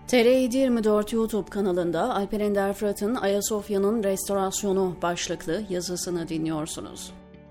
TR724 YouTube kanalında Alper Ender Fırat'ın Ayasofya'nın restorasyonu başlıklı yazısını dinliyorsunuz.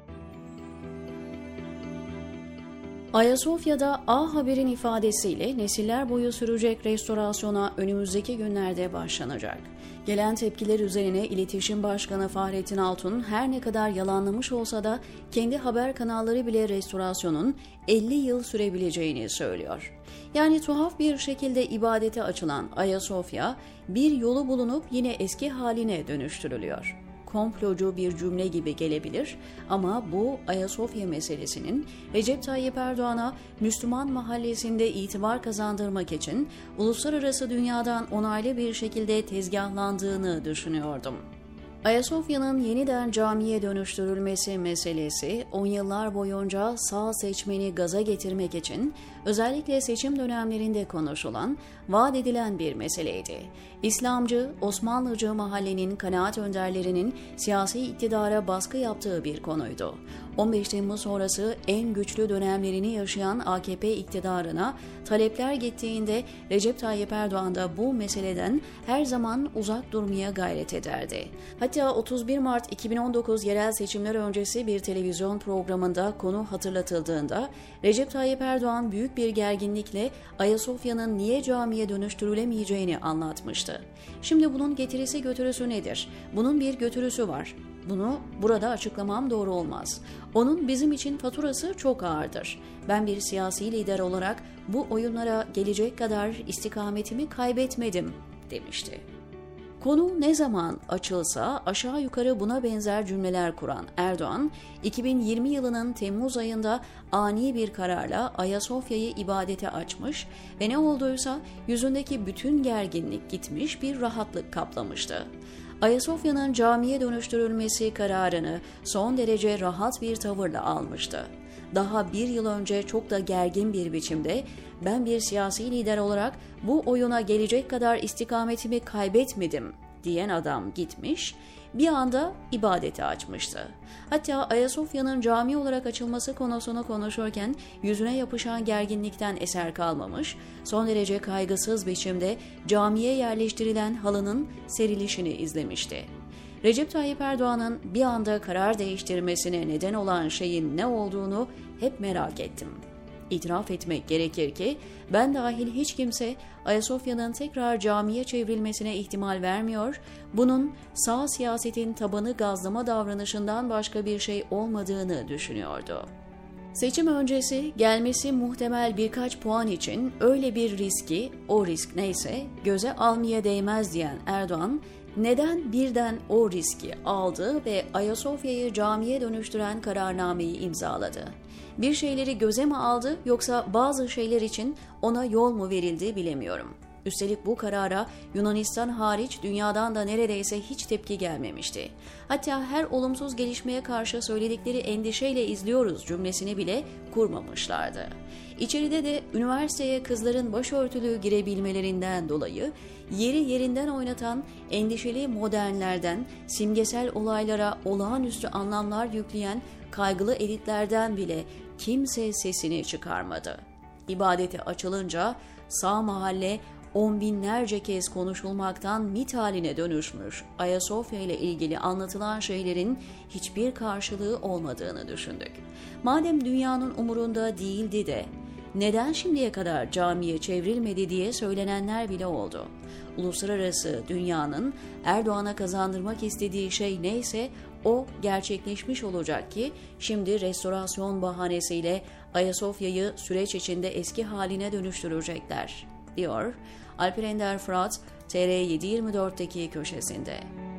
Ayasofya'da A Haber'in ifadesiyle nesiller boyu sürecek restorasyona önümüzdeki günlerde başlanacak. Gelen tepkiler üzerine İletişim Başkanı Fahrettin Altun her ne kadar yalanlamış olsa da kendi haber kanalları bile restorasyonun 50 yıl sürebileceğini söylüyor. Yani tuhaf bir şekilde ibadete açılan Ayasofya bir yolu bulunup yine eski haline dönüştürülüyor. Komplocu bir cümle gibi gelebilir ama bu Ayasofya meselesinin Recep Tayyip Erdoğan'a Müslüman mahallesinde itibar kazandırmak için uluslararası dünyadan onaylı bir şekilde tezgahlandığını düşünüyordum. Ayasofya'nın yeniden camiye dönüştürülmesi meselesi 10 yıllar boyunca sağ seçmeni gaza getirmek için özellikle seçim dönemlerinde konuşulan, vaat edilen bir meseleydi. İslamcı, Osmanlıcı mahallenin kanaat önderlerinin siyasi iktidara baskı yaptığı bir konuydu. 15 Temmuz sonrası en güçlü dönemlerini yaşayan AKP iktidarına talepler gittiğinde Recep Tayyip Erdoğan da bu meseleden her zaman uzak durmaya gayret ederdi. Hatta 31 Mart 2019 yerel seçimler öncesi bir televizyon programında konu hatırlatıldığında Recep Tayyip Erdoğan büyük bir gerginlikle Ayasofya'nın niye camiye dönüştürülemeyeceğini anlatmıştı. Şimdi bunun getirisi götürüsü nedir? Bunun bir götürüsü var. Bunu burada açıklamam doğru olmaz. Onun bizim için faturası çok ağırdır. Ben bir siyasi lider olarak bu oyunlara gelecek kadar istikametimi kaybetmedim demişti. Konu ne zaman açılsa aşağı yukarı buna benzer cümleler kuran Erdoğan, 2020 yılının Temmuz ayında ani bir kararla Ayasofya'yı ibadete açmış ve ne olduysa yüzündeki bütün gerginlik gitmiş, bir rahatlık kaplamıştı. Ayasofya'nın camiye dönüştürülmesi kararını son derece rahat bir tavırla almıştı. Daha bir yıl önce çok da gergin bir biçimde ben bir siyasi lider olarak bu oyuna gelecek kadar istikametimi kaybetmedim diyen adam gitmiş, bir anda ibadete açmıştı. Hatta Ayasofya'nın cami olarak açılması konusunu konuşurken yüzüne yapışan gerginlikten eser kalmamış, son derece kaygısız biçimde camiye yerleştirilen halının serilişini izlemişti. Recep Tayyip Erdoğan'ın bir anda karar değiştirmesine neden olan şeyin ne olduğunu hep merak ettim. İtiraf etmek gerekir ki ben dahil hiç kimse Ayasofya'nın tekrar camiye çevrilmesine ihtimal vermiyor, bunun sağ siyasetin tabanı gazlama davranışından başka bir şey olmadığını düşünüyordu. Seçim öncesi gelmesi muhtemel birkaç puan için öyle bir riski, o risk neyse, göze almaya değmez diyen Erdoğan, neden birden o riski aldı ve Ayasofya'yı camiye dönüştüren kararnameyi imzaladı? Bir şeyleri göze mi aldı yoksa bazı şeyler için ona yol mu verildi bilemiyorum. Üstelik bu karara Yunanistan hariç dünyadan da neredeyse hiç tepki gelmemişti. Hatta her olumsuz gelişmeye karşı söyledikleri endişeyle izliyoruz cümlesini bile kurmamışlardı. İçeride de üniversiteye kızların başörtülü girebilmelerinden dolayı yeri yerinden oynatan endişeli modernlerden simgesel olaylara olağanüstü anlamlar yükleyen kaygılı elitlerden bile kimse sesini çıkarmadı. İbadete açılınca sağ mahalle on binlerce kez konuşulmaktan mit haline dönüşmüş Ayasofya ile ilgili anlatılan şeylerin hiçbir karşılığı olmadığını düşündük. Madem dünyanın umurunda değildi de neden şimdiye kadar camiye çevrilmedi diye söylenenler bile oldu. Uluslararası dünyanın Erdoğan'a kazandırmak istediği şey neyse o gerçekleşmiş olacak ki şimdi restorasyon bahanesiyle Ayasofya'yı süreç içinde eski haline dönüştürecekler, diyor Alper Ender Fırat TR724'teki köşesinde.